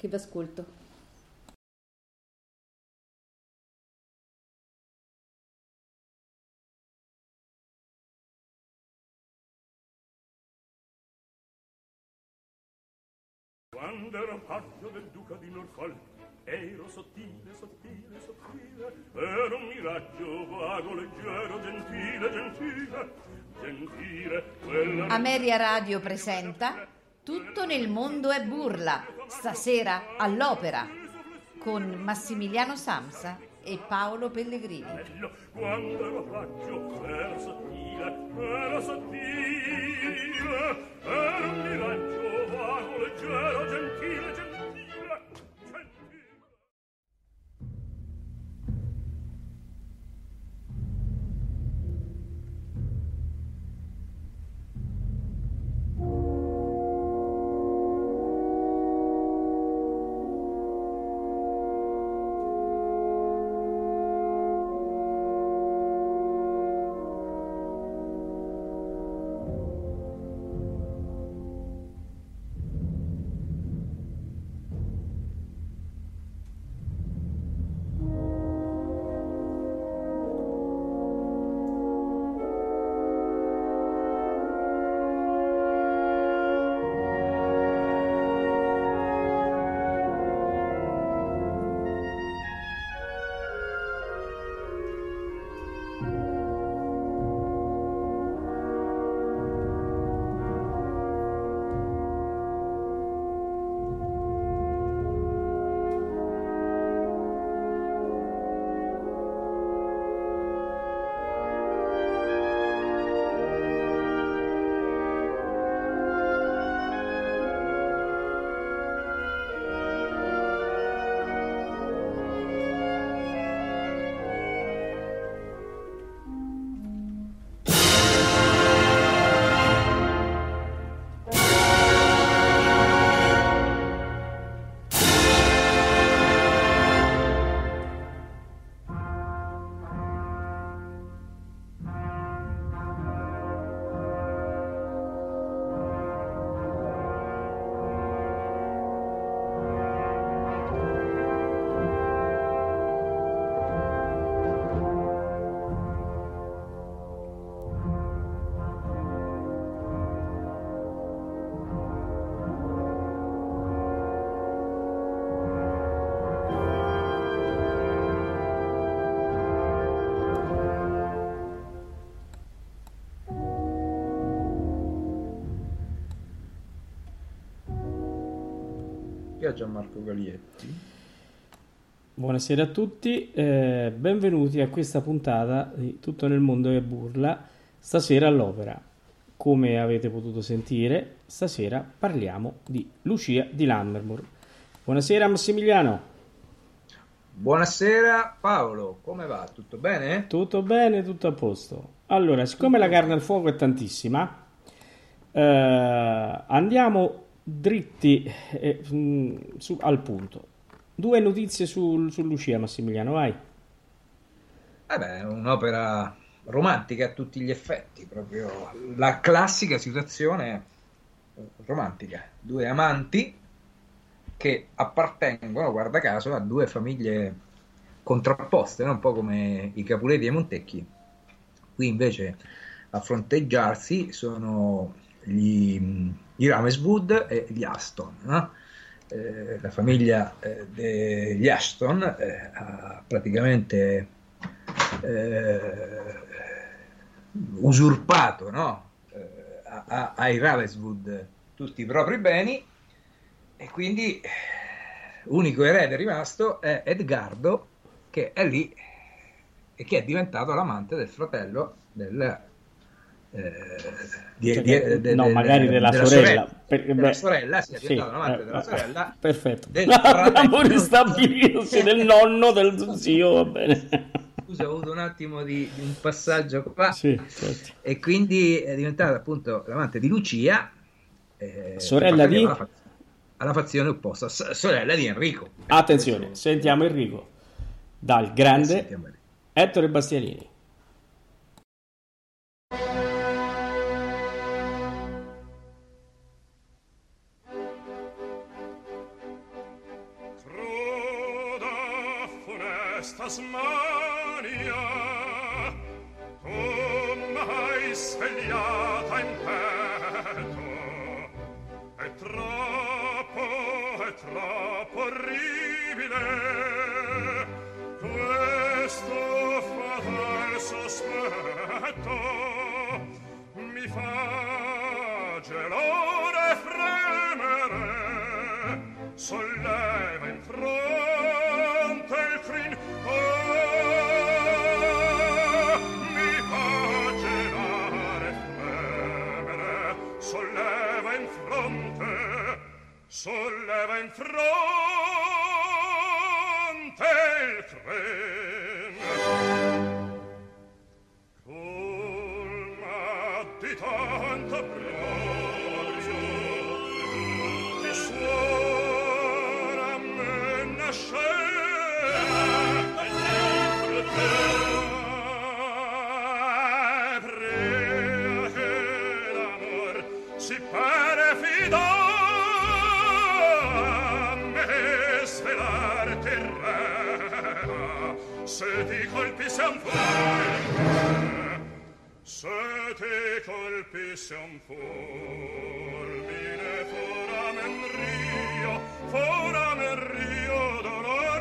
che vi ascolto. Quando ero paggio del duca di Norfolk, ero sottile, sottile, sottile, ero un miraggio vago, leggero, gentile, gentile, gentile. Quella... Ameria Radio presenta Tutto nel mondo è burla, stasera all'Opera, con Massimiliano Samsa e Paolo Pellegrini. Quando ero paggio, ero sottile, ero un miraggio vago, leggero, gentile, gentile, gentile. A Gianmarco Galietti. Buonasera a tutti, benvenuti a questa puntata di Tutto nel mondo è burla, stasera all'Opera. Come avete potuto sentire, stasera parliamo di Lucia di Lammermoor. Buonasera Massimiliano. Buonasera Paolo, come va? Tutto bene? Tutto bene, tutto a posto. Allora, siccome la carne al fuoco è tantissima, andiamo dritti al punto. Due notizie su Lucia, Massimiliano, vai. È un'opera romantica a tutti gli effetti, proprio la classica situazione romantica. Due amanti che appartengono, guarda caso, a due famiglie contrapposte, no? Un po' come i Capuleti e i Montecchi. Qui invece a fronteggiarsi sono i Ravenswood e gli Aston, no? La famiglia degli Aston ha praticamente usurpato, no? Ai Ravenswood tutti i propri beni, e quindi l'unico erede rimasto è Edgardo, che è lì e che è diventato l'amante del fratello della sorella. Della sorella, sì, è sì, diventato l'amante della sorella. Perfetto. Del Abbiamo ristabilito del nonno, del zio, va bene. Scusa, ho avuto un attimo di un passaggio qua. Sì, certo. E quindi è diventato appunto l'amante di Lucia, sorella di... alla fazione opposta, sorella di Enrico. Attenzione, sentiamo Enrico dal grande Ettore Bastianini. questa smania tu m'hai svegliata in petto. È troppo orribile questo fatal sospetto, mi fa gelare e fremere, solleva in fronte il crin. Mi fa gelare e fremere, solleva in fronte il crin. Colma di tanta proprio che suona a me nascere ebrea che l'amor si pare fidare svelarti il re, se ti colpisse un fulmine, se ti colpisse un fulmine, forame in rio dolor,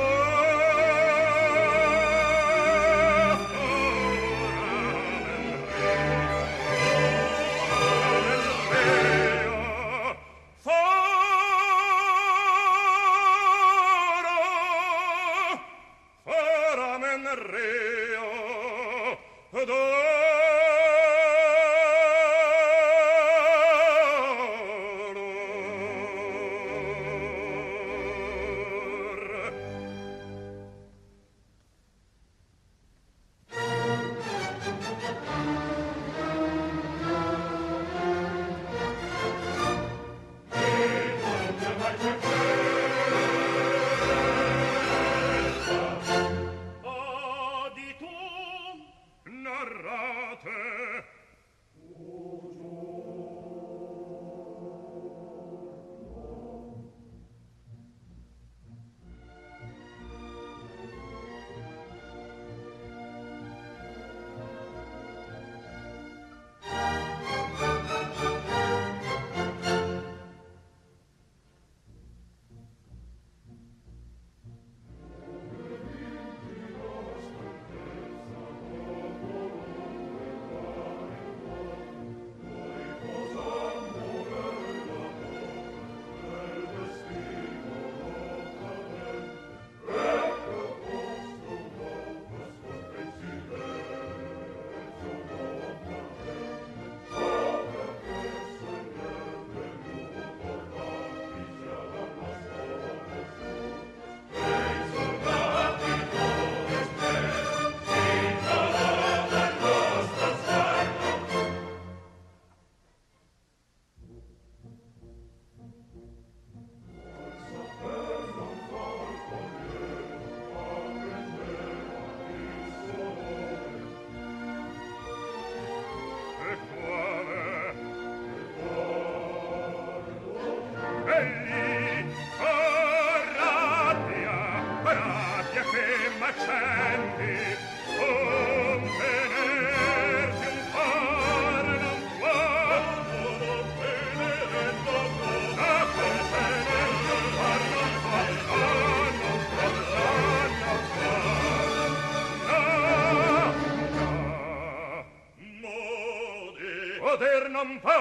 poter non fa.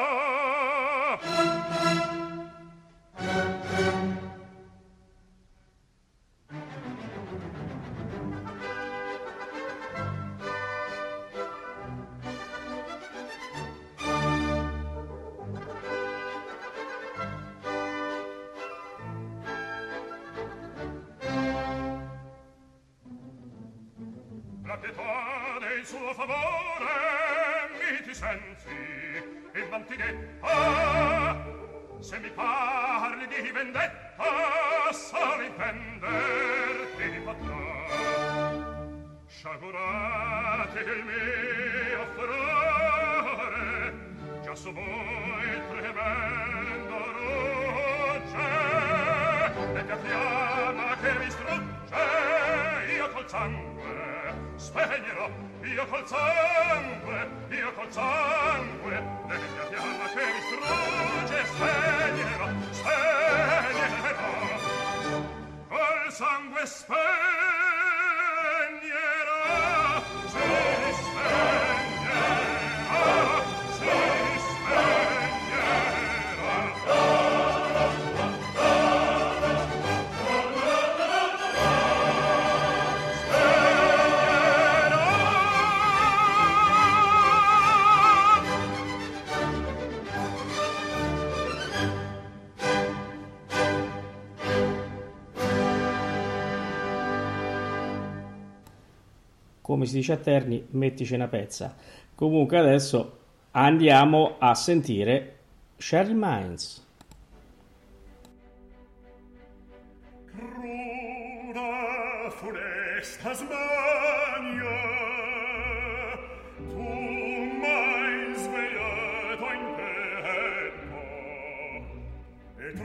La pietà del suo favore mi ti sensi e vanti detta, se mi parli di vendetta solo intenderti potrà. Sciagurate il mio furore, già su voi tremendo rugge, e la fiamma che mi strugge io sangue spegnerò, io col sangue, nella mia fiamma che mi strugge, spegnerò, col sangue spegnerò, si spegnerà, si come si dice a Terni, mettici una pezza. Comunque adesso andiamo a sentire Cheryl Mines. Cruda funesta smania, tu m'hai svegliato in petto,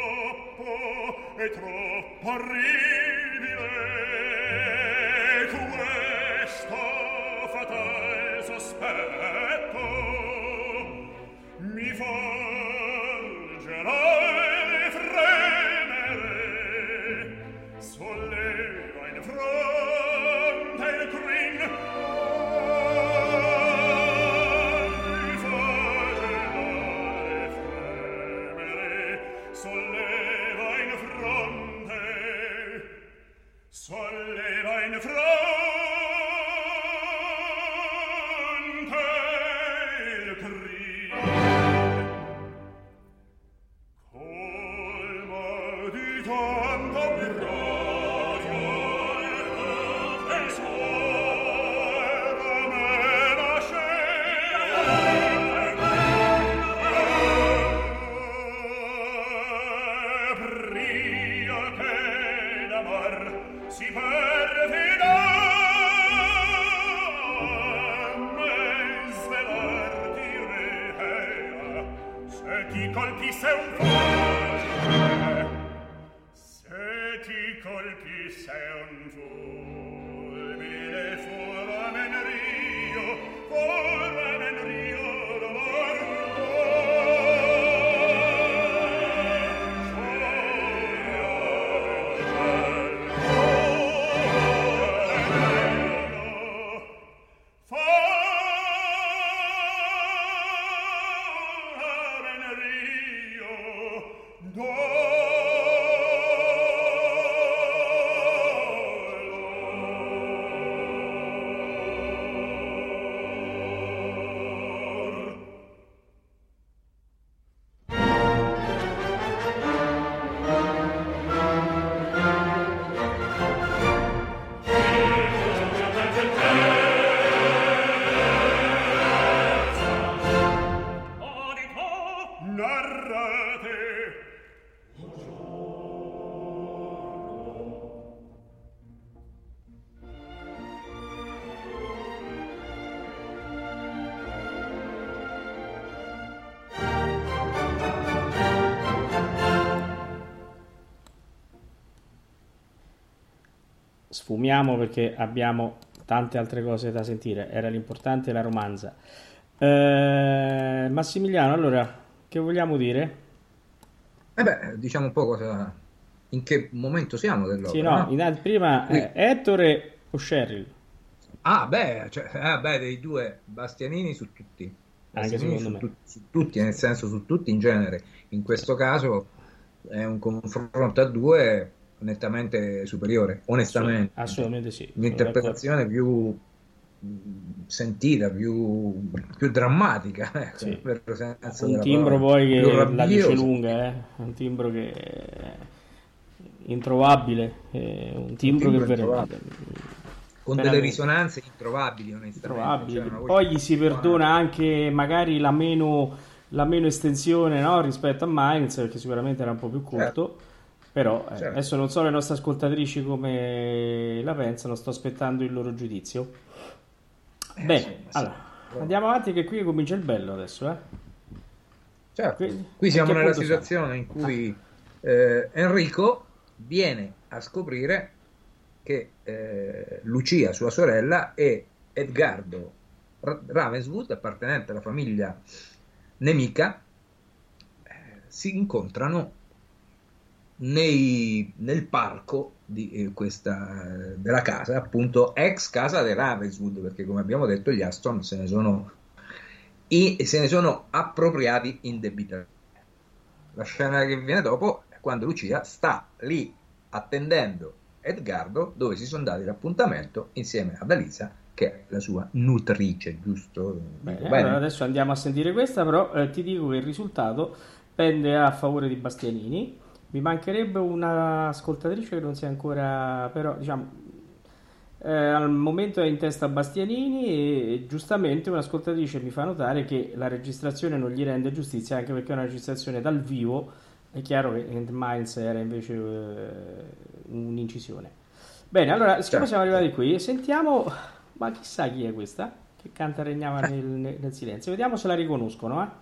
è troppo orribile questo fatal sospetto, mi volgerà le fremere, solleva in fronte il crin, mi volgerà le fremere, solleva in fronte il crin. Colma di tanto abbraccio e suora me la pria che d'amor si perfida me svelarti rea se ti colpisse un fulmine, se ti colpisse un fulmine foramen rio d'amor narrate. Sfumiamo perché abbiamo tante altre cose da sentire. Era l'importante la romanza. Massimiliano, allora, che vogliamo dire? Diciamo un po' cosa, in che momento siamo dell'opera. Sì, no, prima Ettore o Cheryl? Dei due Bastianini su tutti. Anche secondo me. Su tutti, nel senso su tutti in genere. In questo caso è un confronto a due nettamente superiore, onestamente. Assolutamente sì. Un'interpretazione più sentita, più drammatica, sì. Per senso un timbro poi che la dice lunga, un timbro che è introvabile, un timbro che veramente con delle risonanze introvabili, onestamente. Poi gli si perdona anche magari la meno estensione, no? Rispetto a Mainz, perché sicuramente era un po' più corto. Però adesso non so le nostre ascoltatrici come la pensano, sto aspettando il loro giudizio. Allora, andiamo avanti che qui comincia il bello adesso. Certo, qui siamo nella situazione in cui Enrico viene a scoprire che Lucia, sua sorella, e Edgardo Ravenswood, appartenente alla famiglia nemica, si incontrano nel parco della casa, appunto ex casa dei Ravenswood, perché come abbiamo detto gli Aston se ne sono appropriati indebitamente. La scena che viene dopo è quando Lucia sta lì attendendo Edgardo, dove si sono dati l'appuntamento insieme ad Alisa, che è la sua nutrice, giusto? Bene, allora adesso andiamo a sentire questa, però ti dico che il risultato pende a favore di Bastianini. Mi mancherebbe un'ascoltatrice che non sia ancora, però diciamo al momento è in testa Bastianini e giustamente un'ascoltatrice mi fa notare che la registrazione non gli rende giustizia, anche perché è una registrazione dal vivo. È chiaro che End Miles era invece un'incisione. Bene, allora siccome siamo arrivati qui, sentiamo, ma chissà chi è questa che canta Regnava nel silenzio. Vediamo se la riconoscono, eh.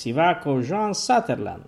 si va con Jean Sutherland.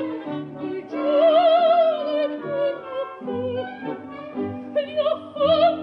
Oh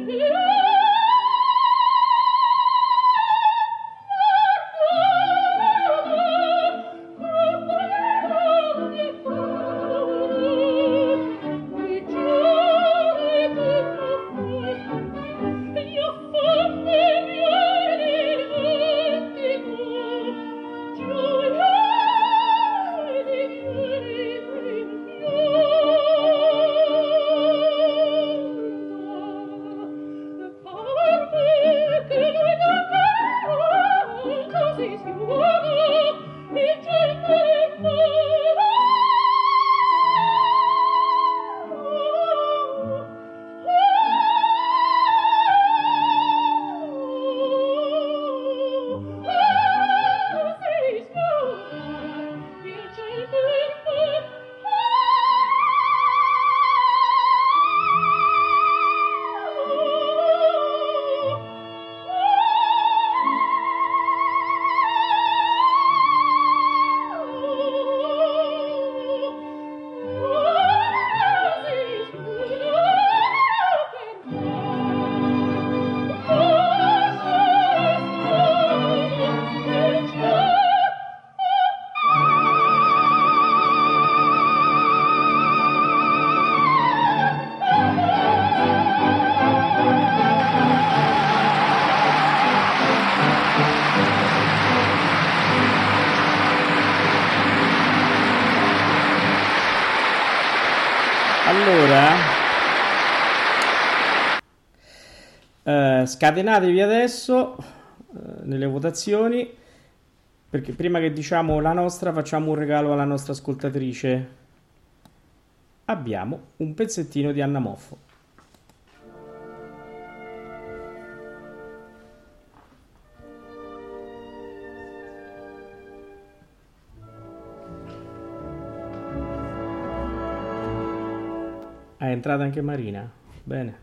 Scatenatevi adesso nelle votazioni, perché prima che diciamo la nostra facciamo un regalo alla nostra ascoltatrice. Abbiamo un pezzettino di Anna Moffo. È entrata anche Marina. Bene.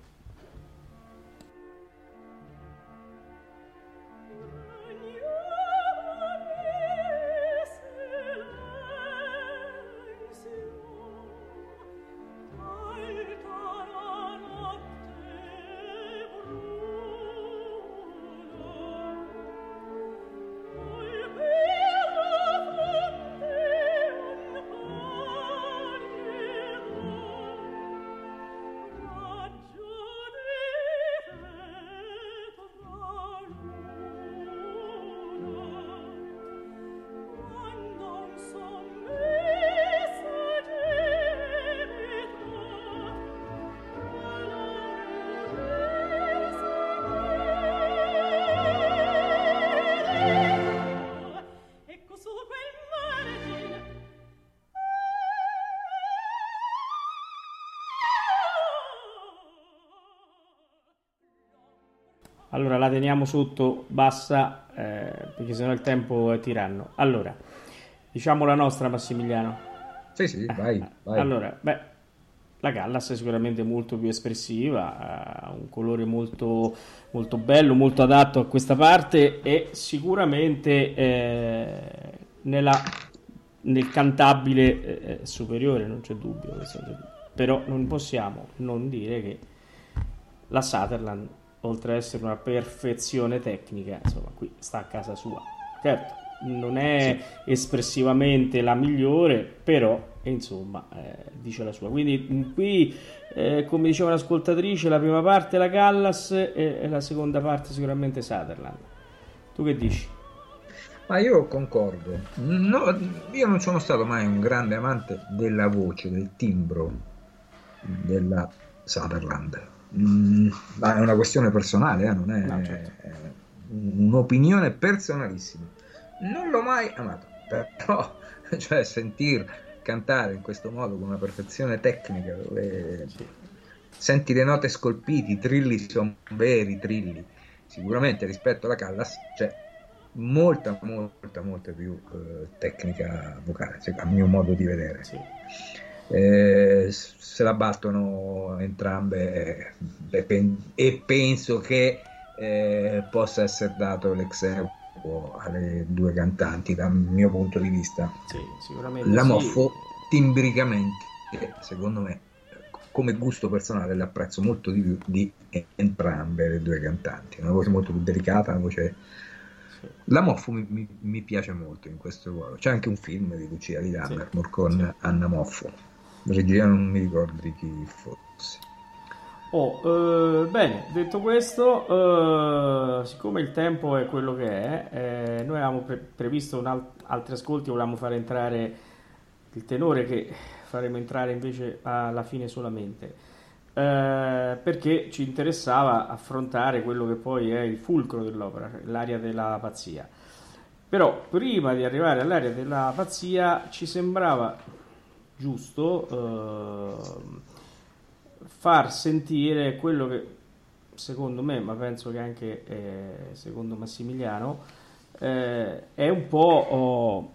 Allora la teniamo sotto bassa perché sennò il tempo è tiranno. Allora, diciamo la nostra, Massimiliano. Sì, vai. Allora, la Callas è sicuramente molto più espressiva, ha un colore molto, molto bello, molto adatto a questa parte e sicuramente nel cantabile superiore, non c'è dubbio. Però non possiamo non dire che la Sutherland, oltre ad essere una perfezione tecnica, insomma, qui sta a casa sua. Certo, non è espressivamente la migliore, però insomma dice la sua. Quindi qui, come diceva un'ascoltatrice, la prima parte è la Callas e la seconda parte sicuramente Sutherland. Tu che dici? Ma io concordo. No, io non sono stato mai un grande amante della voce, del timbro della Sutherland. Ma è una questione personale, non è un'opinione personalissima. Non l'ho mai amato, però cioè sentir cantare in questo modo con una perfezione tecnica, dove senti le note scolpiti, i trilli sono veri trilli, sicuramente rispetto alla Callas c'è molta più tecnica vocale, cioè, a mio modo di vedere. Se la battono entrambe e penso che possa essere dato l'exequo alle due cantanti dal mio punto di vista. Sì, sicuramente la Moffo timbricamente secondo me come gusto personale le apprezzo molto di più di entrambe le due cantanti. È una voce molto più delicata, una voce... La Moffo mi piace molto in questo ruolo. C'è anche un film di Lucia di Lammermoor con Anna Moffo. Regia non mi ricordo di chi fosse. Bene, detto questo, siccome il tempo è quello che è, noi avevamo previsto altri ascolti, volevamo fare entrare il tenore, che faremo entrare invece alla fine solamente, perché ci interessava affrontare quello che poi è il fulcro dell'opera, l'aria della pazzia. Però prima di arrivare all'aria della pazzia ci sembrava giusto far sentire quello che secondo me, ma penso che anche secondo Massimiliano, è un po'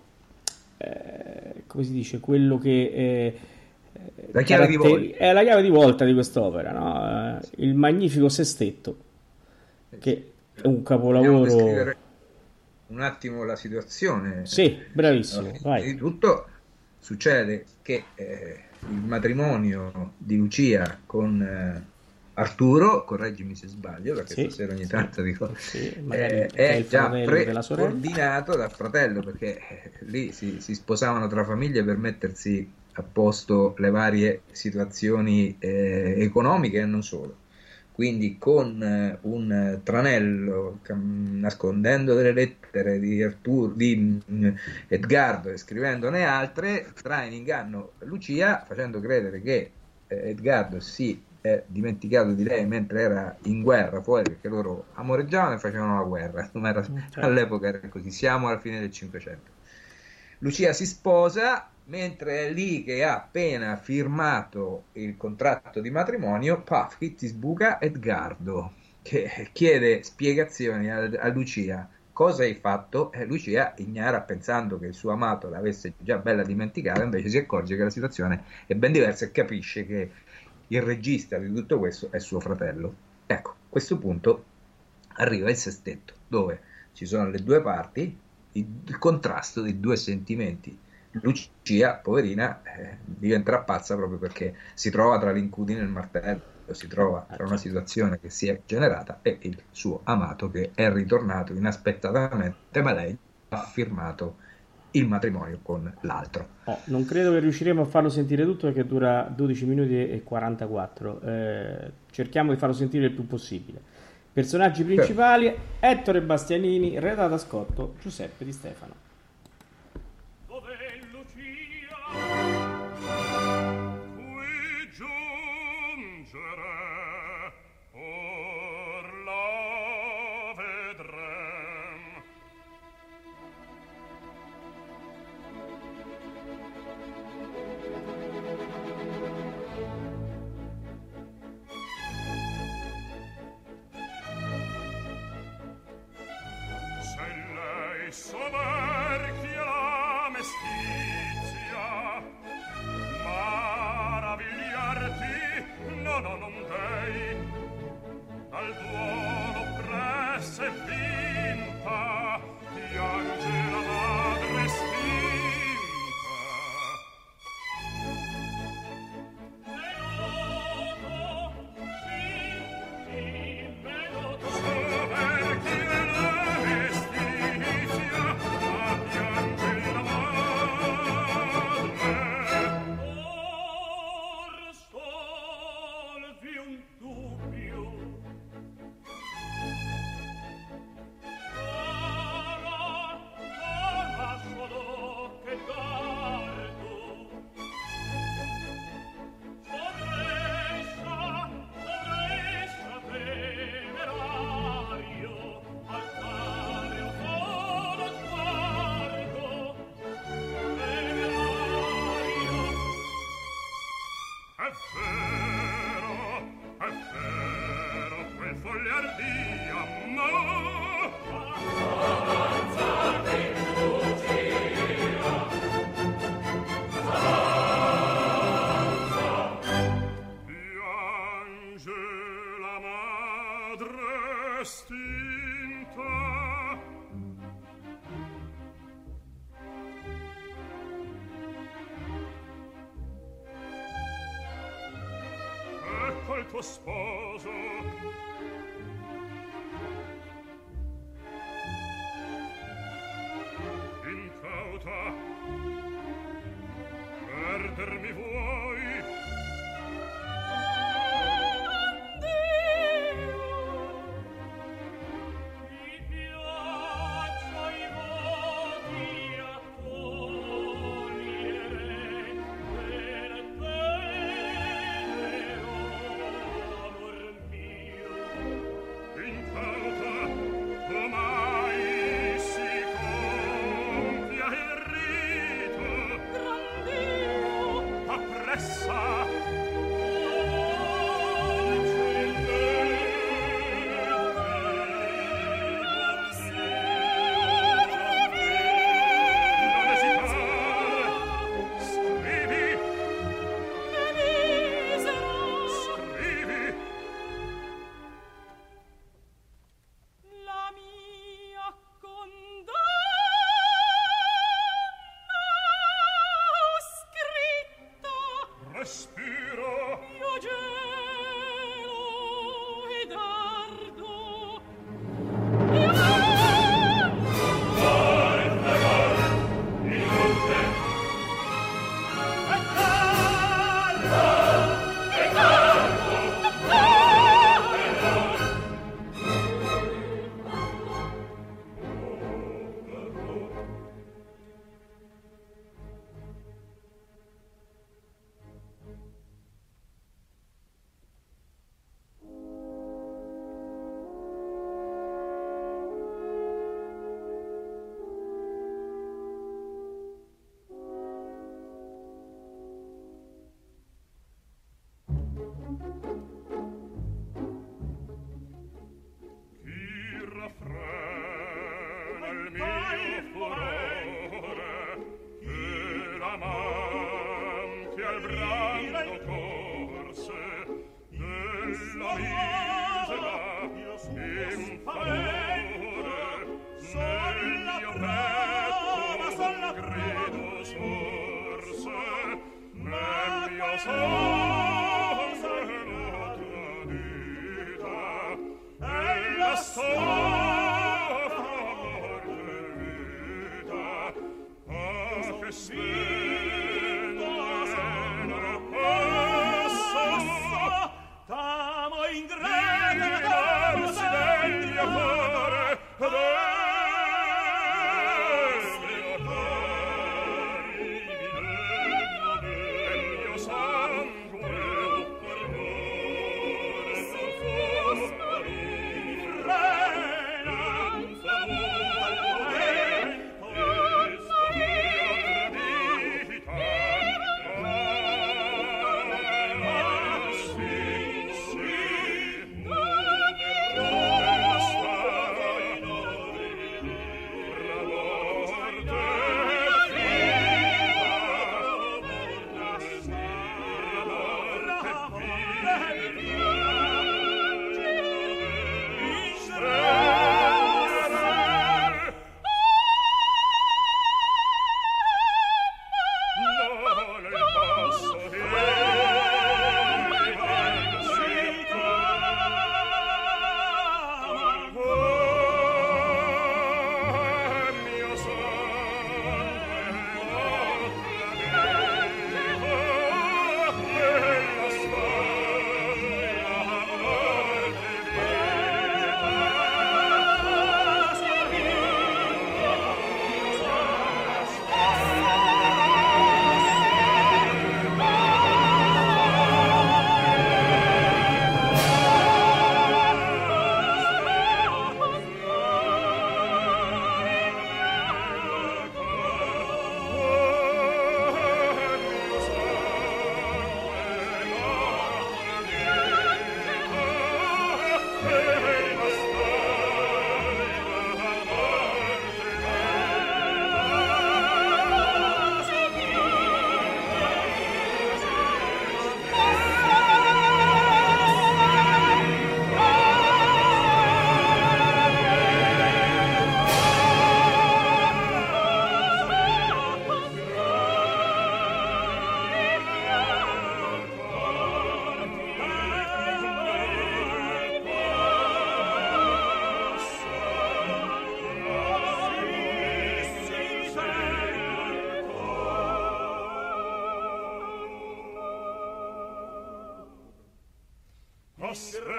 come si dice, quello che la chiave di volta. È la chiave di volta di quest'opera, no? Il magnifico sestetto, che è un capolavoro. Descrivere un attimo la situazione. Sì, bravissimo. Vai. Di tutto succede che il matrimonio di Lucia con Arturo, correggimi se sbaglio, perché stasera ogni tanto dico, è già preordinato dal fratello, perché lì si sposavano tra famiglie per mettersi a posto le varie situazioni economiche e non solo. Quindi con un tranello, nascondendo delle lettere di Arturo, di Edgardo e scrivendone altre, trae in inganno Lucia, facendo credere che Edgardo si è dimenticato di lei mentre era in guerra fuori, perché loro amoreggiavano e facevano la guerra. All'epoca era così. Siamo alla fine del Cinquecento. Lucia si sposa, mentre è lì che ha appena firmato il contratto di matrimonio, ti sbuca Edgardo, che chiede spiegazioni a Lucia. Cosa hai fatto? Lucia ignara, pensando che il suo amato l'avesse già bella dimenticata, invece si accorge che la situazione è ben diversa e capisce che il regista di tutto questo è suo fratello. Ecco, a questo punto arriva il sestetto, dove ci sono le due parti, il contrasto dei due sentimenti. Lucia, poverina, diventerà pazza proprio perché si trova tra l'incudine e il martello, si trova tra una situazione che si è generata e il suo amato che è ritornato inaspettatamente, ma lei ha firmato il matrimonio con l'altro. Non credo che riusciremo a farlo sentire tutto, perché dura 12 minuti e 44. Cerchiamo di farlo sentire il più possibile. Personaggi principali: Ettore Bastianini, Renata Scotto, Giuseppe Di Stefano. Soverchia la mestizia, maravigliarti, no, non dei, dal duolo pressa e vinta, piange la madre stinta. Soverchia la mestizia, piange la madre. Or solvi un dubbio. Ora solo che guardo. Sovressa temerario, al quale ho solo sguardo. Temerario. È vero, quel fogliardia, ma... Piange la madre stinta. tuo sposo. Incauta, perdermi vuoi?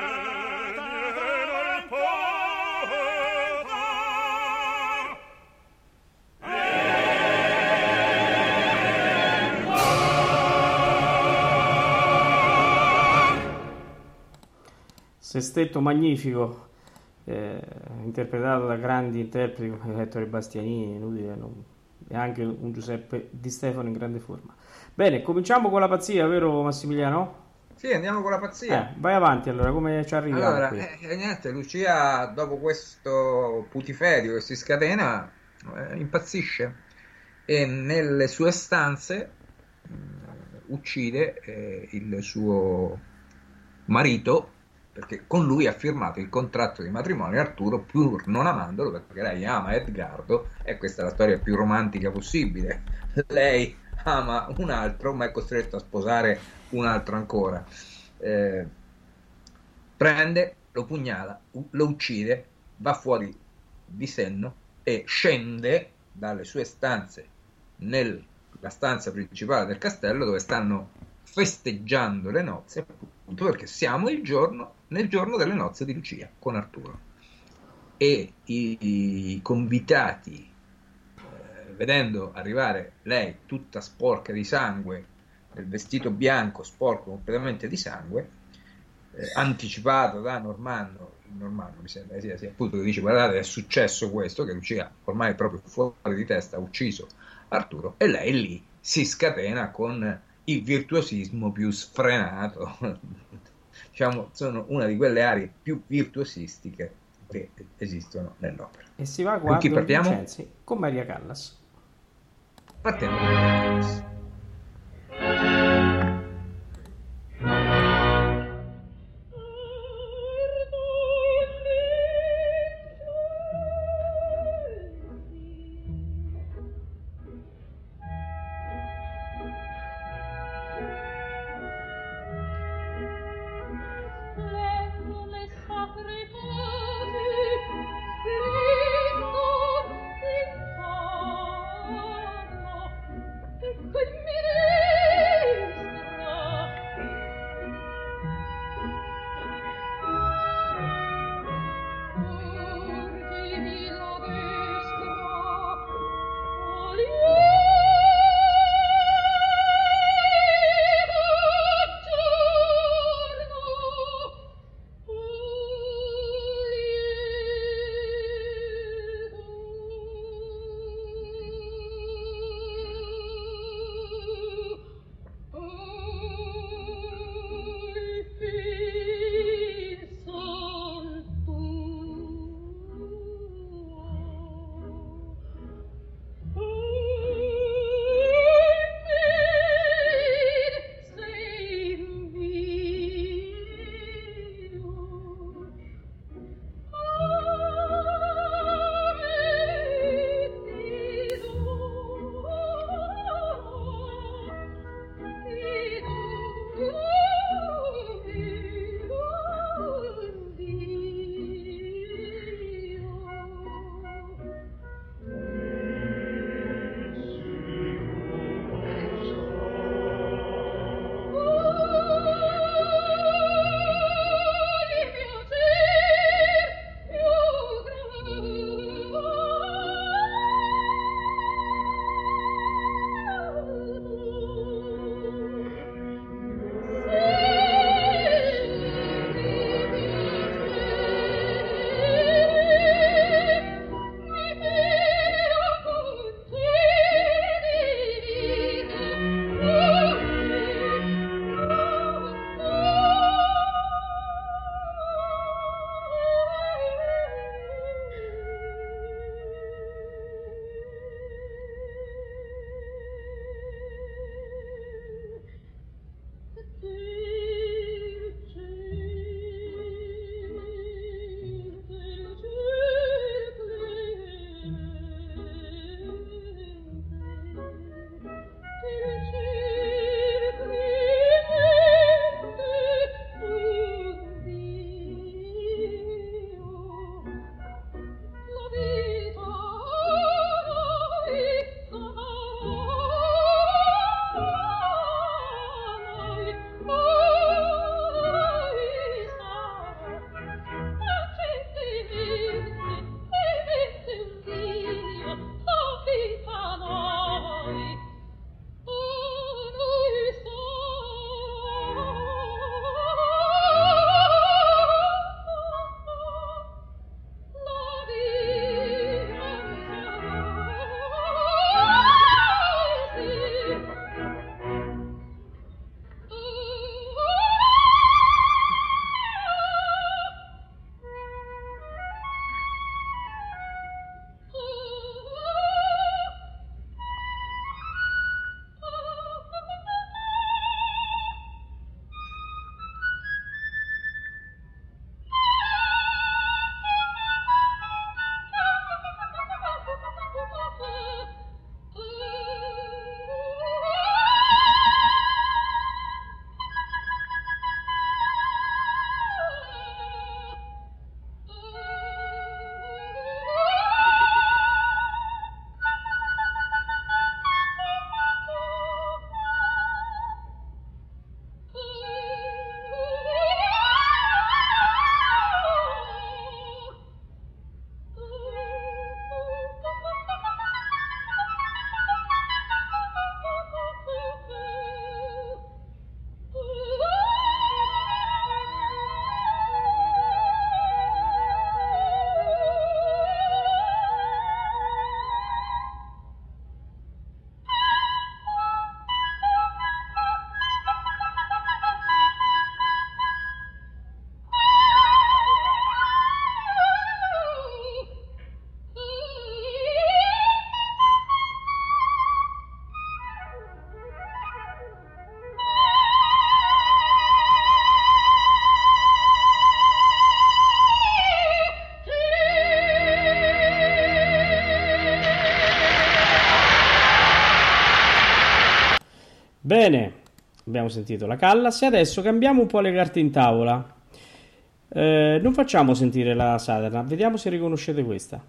Sestetto magnifico, interpretato da grandi interpreti come Ettore Bastianini, inutile, e anche un Giuseppe Di Stefano in grande forma. Bene, cominciamo con la pazzia, vero Massimiliano? Sì, andiamo con la pazzia. Vai avanti allora, come ci arriviamo Allora, qui? niente, Lucia dopo questo putiferio che si scatena, impazzisce e nelle sue stanze uccide il suo marito, perché con lui ha firmato il contratto di matrimonio Arturo, pur non amandolo, perché lei ama Edgardo e questa è la storia più romantica possibile. Lei ama un altro ma è costretto a sposare un altro ancora. Prende, lo pugnala, lo uccide, va fuori di senno e scende dalle sue stanze nella stanza principale del castello, dove stanno festeggiando le nozze, appunto perché siamo nel giorno delle nozze di Lucia con Arturo. E i convitati, vedendo arrivare lei tutta sporca di sangue, nel vestito bianco sporco completamente di sangue, anticipato da Normanno mi sembra sia appunto, che dice: guardate, è successo questo, che Lucia ormai proprio fuori di testa ha ucciso Arturo, e lei lì si scatena con il virtuosismo più sfrenato. Diciamo, sono una di quelle aree più virtuosistiche che esistono nell'opera. E si va a Con chi Guardo partiamo? Vincenzi con Maria Callas. Partiamo con Callas. Bene, abbiamo sentito la Callas e adesso cambiamo un po' le carte in tavola. Non facciamo sentire la Satana, vediamo se riconoscete questa.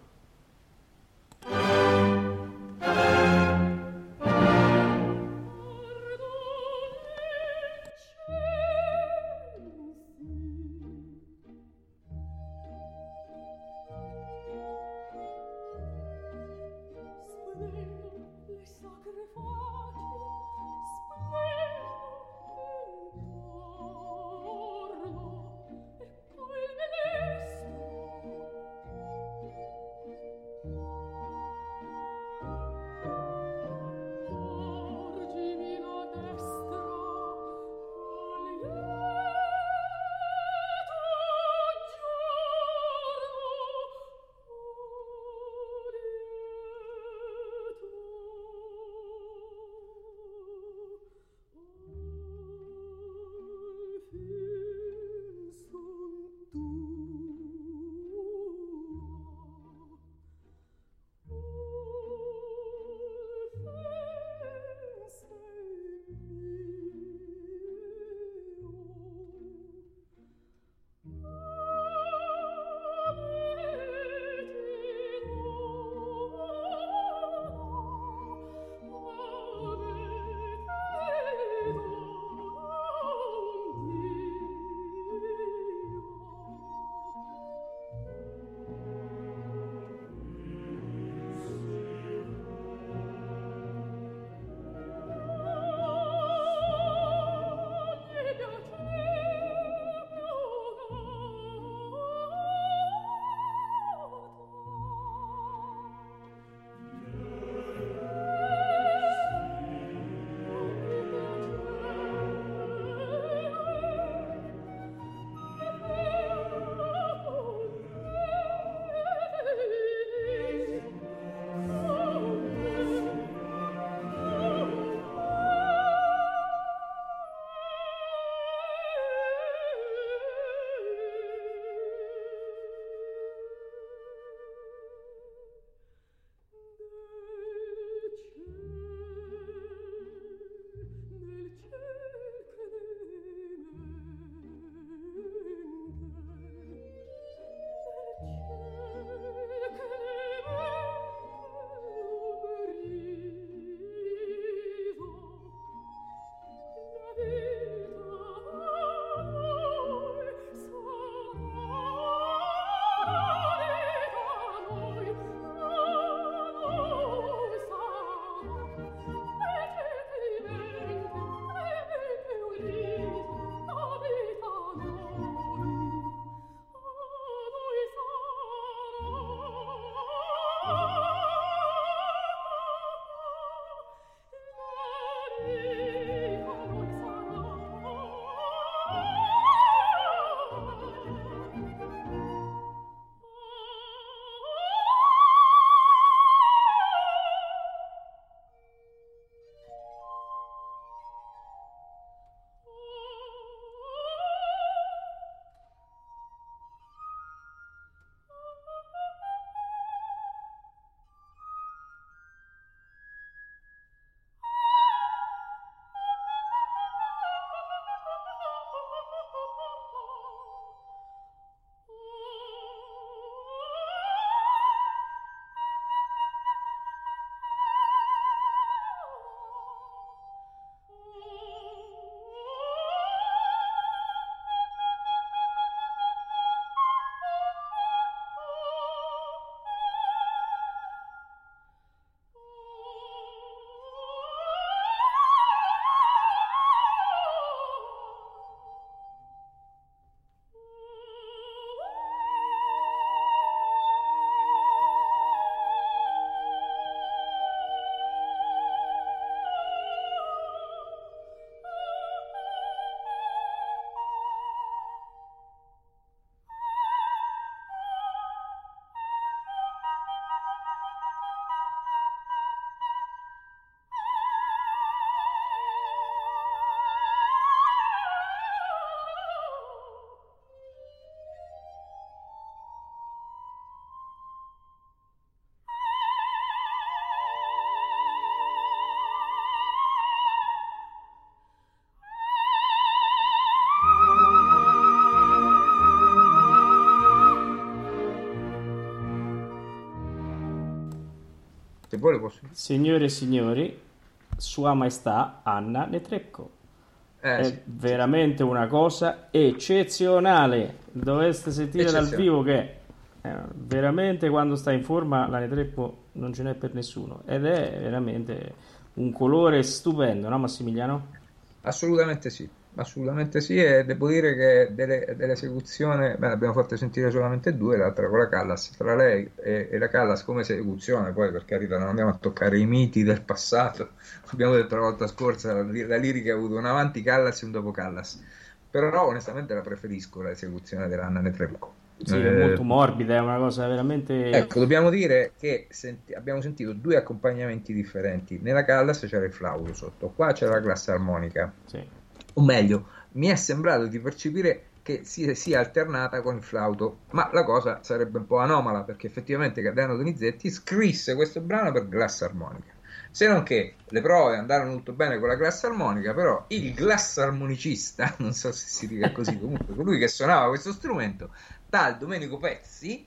vuole posso dire. Signore e signori, Sua Maestà Anna Netrebko. È Sì, veramente una cosa eccezionale. Dovreste sentire dal vivo che veramente quando sta in forma la Netrebko non ce n'è per nessuno. Ed è veramente un colore stupendo, no Massimiliano? Assolutamente sì, e devo dire che dell'esecuzione, beh, abbiamo fatto sentire solamente due, l'altra con la Callas, tra lei e la Callas come esecuzione, poi per carità non andiamo a toccare i miti del passato, abbiamo detto la volta scorsa, la lirica ha avuto un avanti Callas e un dopo Callas, però onestamente la preferisco l'esecuzione dell'Anna Netrebko. Sì, è molto morbida, è una cosa veramente... Ecco, dobbiamo dire che abbiamo sentito due accompagnamenti differenti. Nella Callas c'era il flauto sotto, qua c'era la classe armonica. Sì. O meglio, mi è sembrato di percepire che sia alternata con il flauto, ma la cosa sarebbe un po' anomala, perché effettivamente Gaetano Donizetti scrisse questo brano per classe armonica. Se non che le prove andarono molto bene con la classe armonica, però il glassarmonicista, non so se si dica così, comunque colui che suonava questo strumento, tal Domenico Pezzi,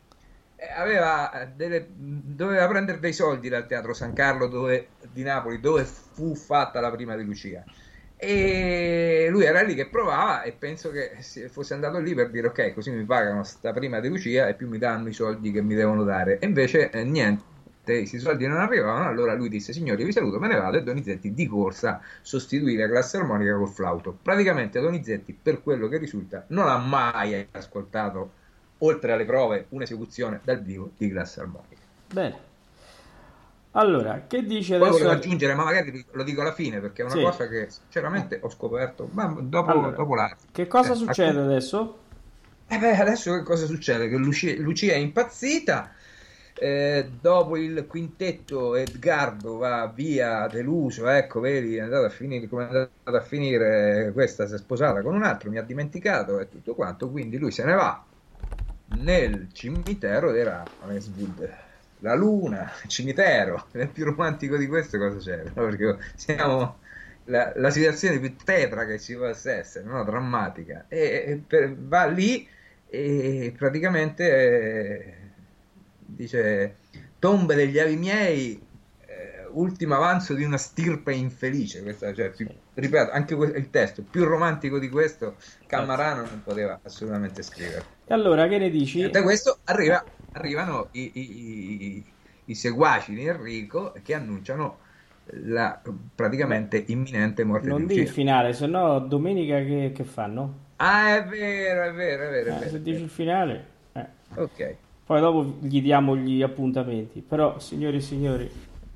doveva prendere dei soldi dal Teatro San Carlo di Napoli, dove fu fatta la prima di Lucia. E lui era lì che provava, e penso che fosse andato lì per dire ok, così mi pagano sta prima di Lucia e più mi danno i soldi che mi devono dare. E invece niente, questi soldi non arrivavano. Allora lui disse: signori, vi saluto, me ne vado. E Donizetti di corsa sostituì la classe armonica col flauto. Praticamente Donizetti, per quello che risulta, non ha mai ascoltato, oltre alle prove, un'esecuzione dal vivo di classe armonica. Bene. Allora, che dice Poi adesso? volevo aggiungere, ma magari lo dico alla fine, perché è una cosa che sinceramente ho scoperto dopo l'altro. Che cosa succede adesso? Adesso che cosa succede? Che Lucia è impazzita, dopo il quintetto Edgardo va via deluso, ecco, vedi, è andato a finire come è andato a finire, questa si è sposata con un altro, mi ha dimenticato e tutto quanto, quindi lui se ne va nel cimitero di Ravenswood. La luna, il cimitero, è più romantico di questo cosa c'è? No? Perché siamo la situazione più tetra che ci possa essere, no? Drammatica, va lì e praticamente dice: tombe degli avi miei, ultimo avanzo di una stirpe infelice. Questa, cioè, ripeto, anche il testo più romantico di questo Cammarano non poteva assolutamente scrivere. E allora che ne dici? E da questo arrivano i seguaci di Enrico che annunciano la praticamente imminente morte non di di Lucia. il finale, se no domenica che fanno? Ah, è vero. Se dici il finale, ok. Poi dopo gli diamo gli appuntamenti. Però, signori e signori,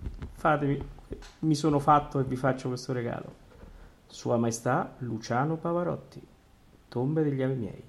mi sono fatto e vi faccio questo regalo. Sua Maestà Luciano Pavarotti, tombe degli avi miei.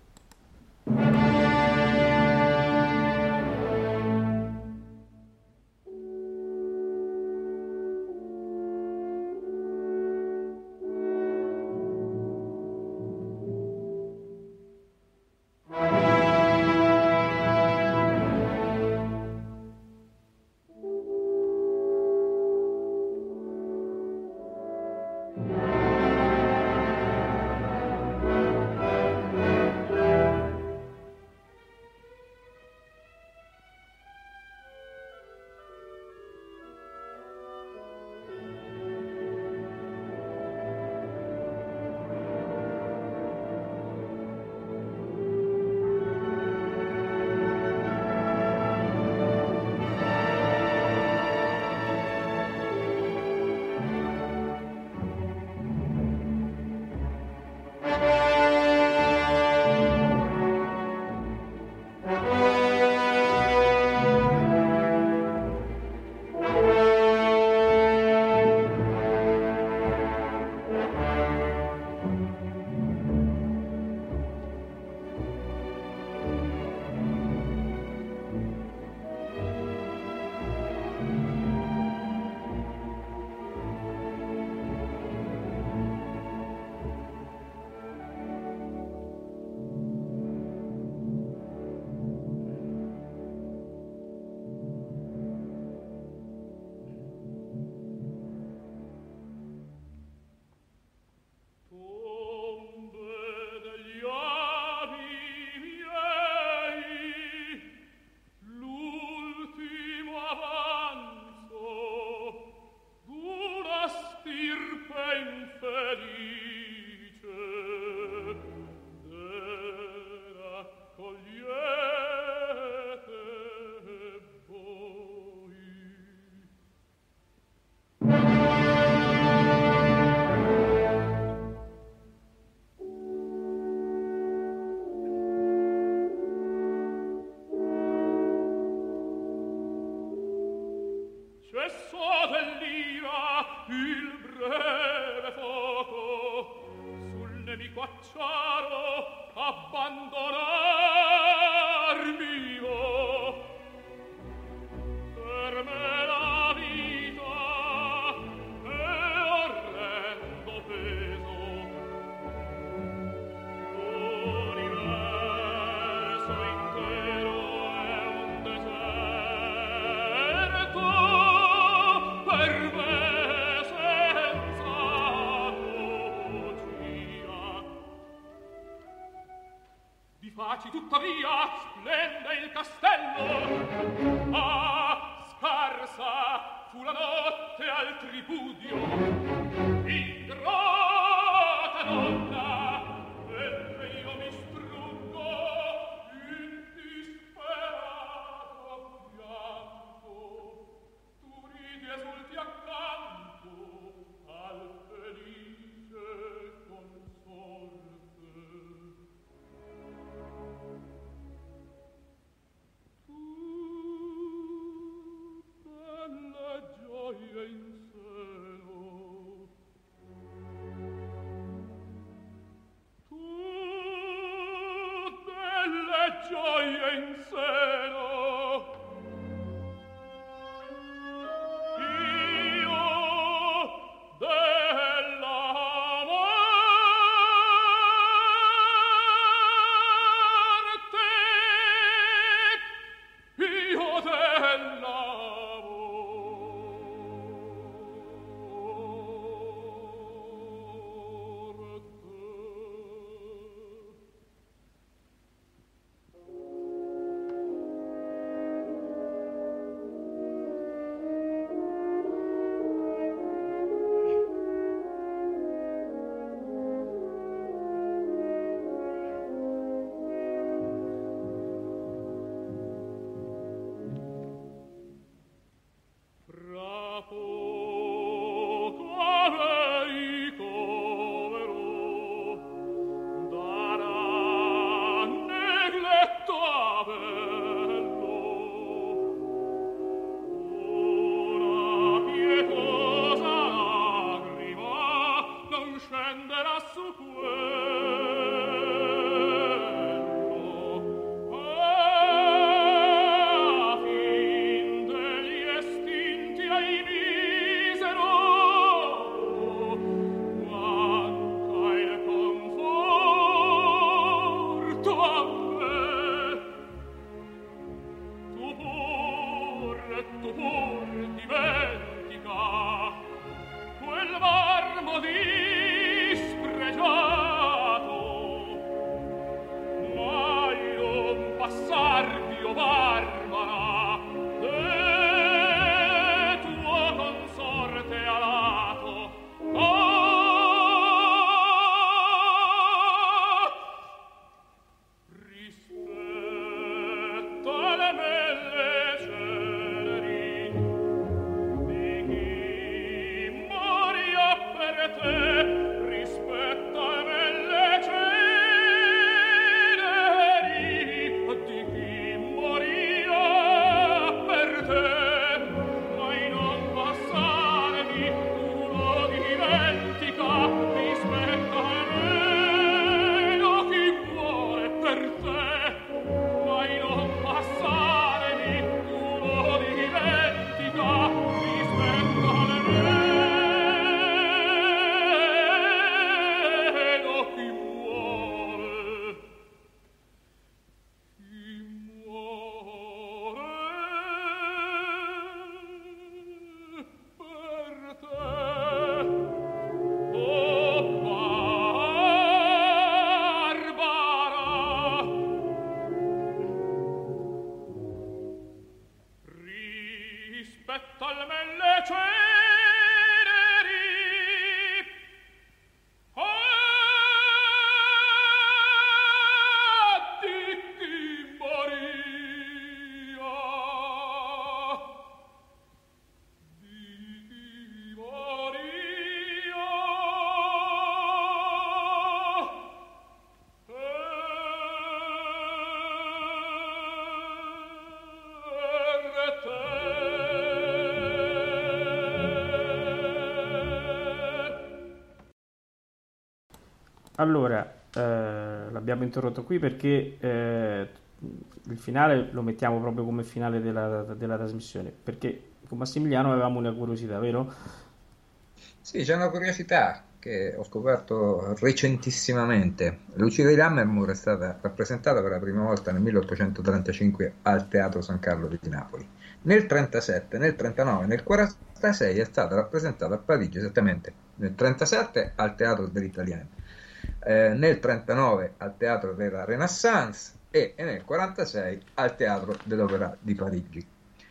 Allora, l'abbiamo interrotto qui perché il finale lo mettiamo proprio come finale della trasmissione, perché con Massimiliano avevamo una curiosità, vero? Sì, c'è una curiosità che ho scoperto recentissimamente. Lucia di Lammermoor è stata rappresentata per la prima volta nel 1835 al Teatro San Carlo di Napoli. Nel 37, nel 39, nel 46 è stata rappresentata a Parigi, esattamente nel 37 al Teatro degli Italiani, nel 39 al Teatro della Renaissance e nel 46 al Teatro dell'Opera di Parigi.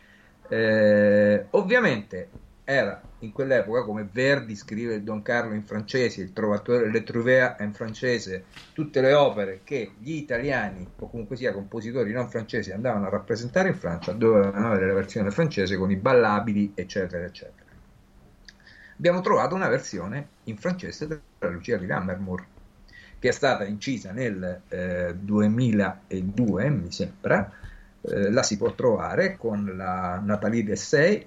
Ovviamente era in quell'epoca, come Verdi scrive il Don Carlo in francese, il Trovatore Le Trouvère in francese, tutte le opere che gli italiani o comunque sia compositori non francesi andavano a rappresentare in Francia dovevano avere la versione francese con i ballabili eccetera eccetera. Abbiamo trovato una versione in francese della Lucia di Lammermoor che è stata incisa nel 2002, mi sembra. La si può trovare con la Nathalie Dessay,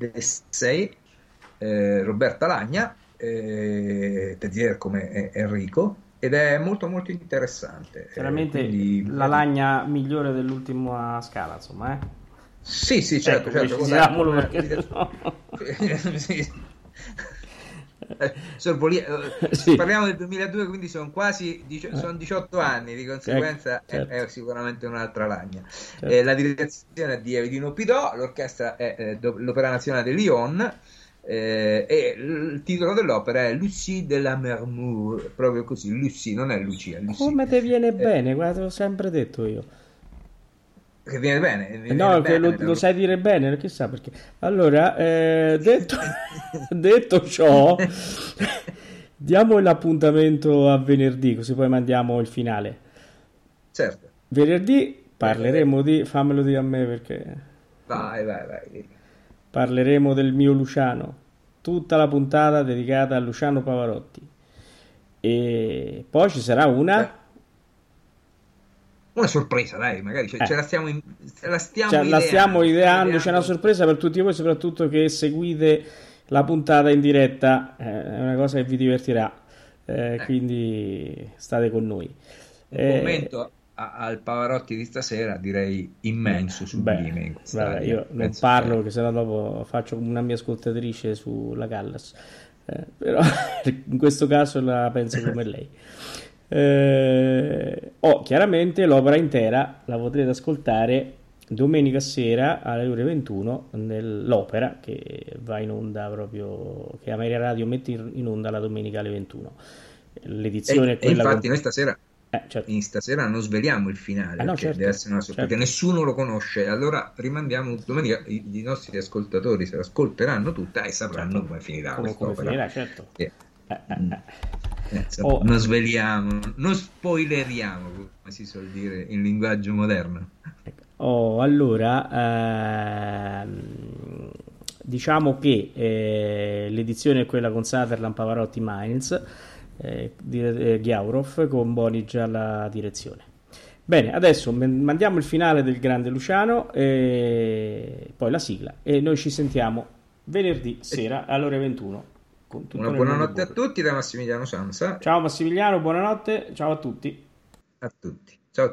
Roberta Lagna, Tedier come Enrico, ed è molto molto interessante. Veramente Quindi, la Lagna migliore dell'ultima Scala, insomma, eh? Sì, certo, Ecco, certo. precisiamolo perché no. Sì. Sì. Parliamo del 2002, quindi sono quasi sono 18 anni, di conseguenza certo. è sicuramente un'altra Lagna. Certo. La direzione è di Evelino Pidot, l'orchestra è l'Opera Nazionale di Lyon, e il titolo dell'opera è Lucie de Lammermoor, proprio così, Lucie, non è Lucia, Lucie. Come te viene bene, guarda, l'ho sempre detto io. Che viene bene. No, che lo sai dire bene, chissà perché. Allora, detto ciò, diamo l'appuntamento a venerdì, così poi mandiamo il finale. Certo. Venerdì parleremo di... Fammelo dire a me perché... Vai. Parleremo del mio Luciano. Tutta la puntata dedicata a Luciano Pavarotti. E poi ci sarà una sorpresa, dai, magari ce la stiamo ideando. C'è una sorpresa per tutti voi, soprattutto che seguite la puntata in diretta, è una cosa che vi divertirà, quindi state con noi. Un commento al Pavarotti di stasera direi immenso, sublime. Vabbè, io non parlo perché sennò dopo faccio come una mia ascoltatrice sulla Callas, però in questo caso la penso come lei. Chiaramente l'opera intera la potrete ascoltare domenica sera alle ore 21 nell'opera che va in onda proprio, che Ameria Radio mette in onda la domenica alle 21. L'edizione è quella infatti noi stasera certo. Stasera non sveliamo il finale perché certo, deve essere una sorpresa, perché nessuno lo conosce, allora rimandiamo domenica, i nostri ascoltatori se l'ascolteranno tutta e sapranno come finirà quest'opera. Come finirà, certo. Non sveliamo, non spoileriamo, come si suol dire in linguaggio moderno. Allora, diciamo che l'edizione è quella con Sutherland, Pavarotti, Miles, Ghiaurov, con Bonnig alla direzione. Bene, adesso mandiamo il finale del grande Luciano e poi la sigla e noi ci sentiamo venerdì sera alle ore 21. Una buonanotte a tutti da Massimiliano Samsa. Ciao Massimiliano, buonanotte, ciao a tutti. A tutti. Ciao.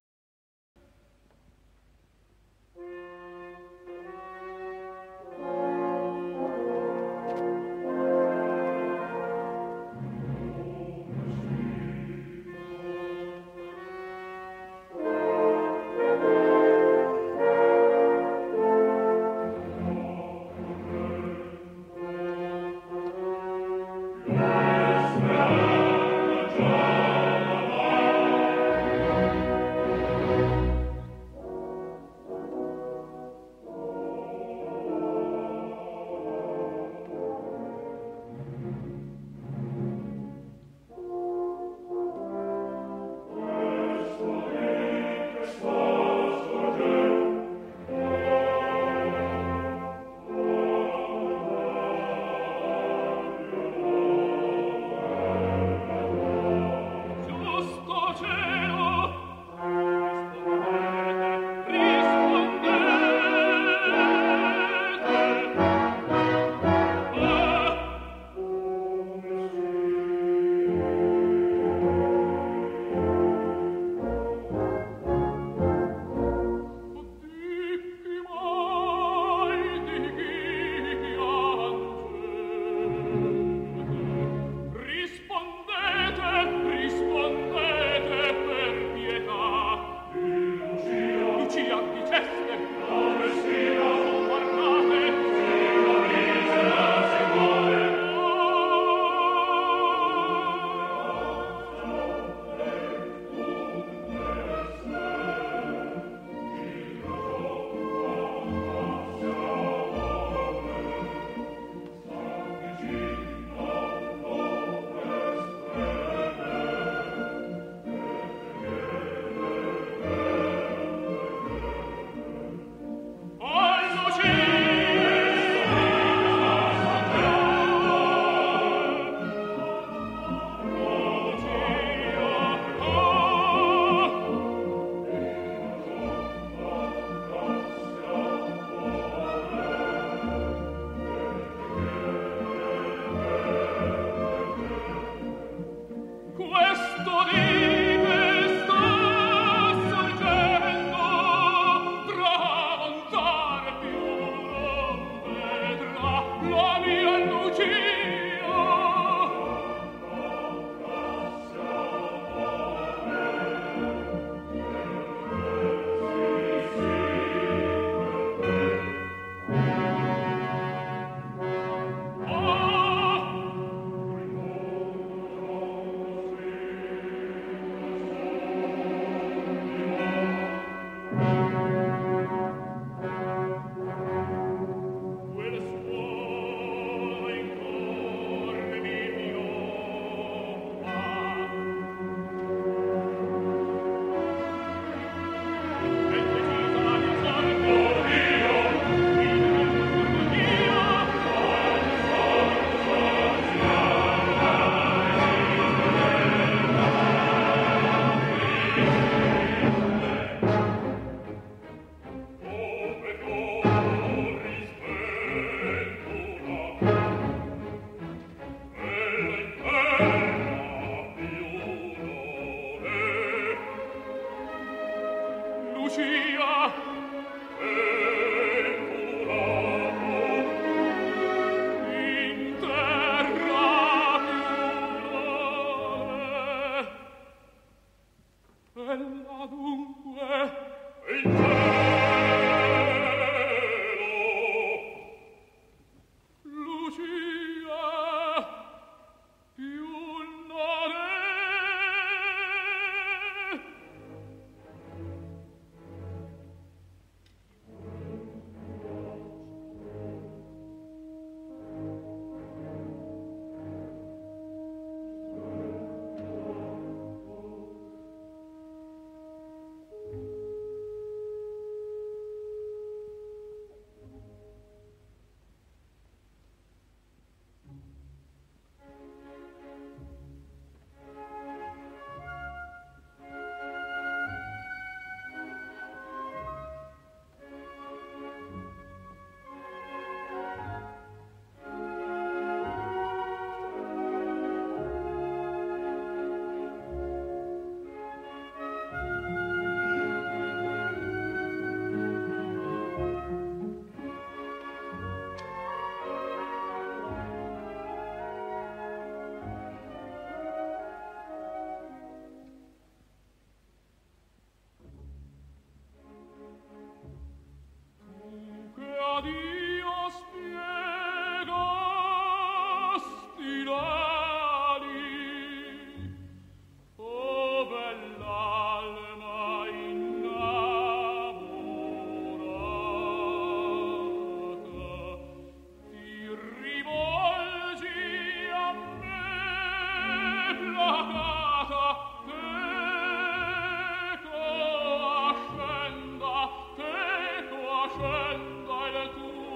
Scenda il tuo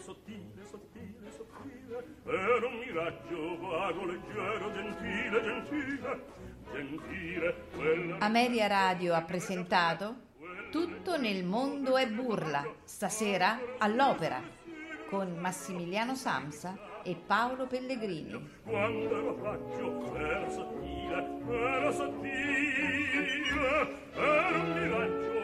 sottile, sottile, sottile, era un miraggio vago, leggero, gentile, gentile, gentile, quella... Ameria Radio ha presentato Tutto nel mondo è burla, stasera all'Opera, con Massimiliano Samsa e Paolo Pellegrini. Quando ero raggio, era sottile, era sottile, era un miraggio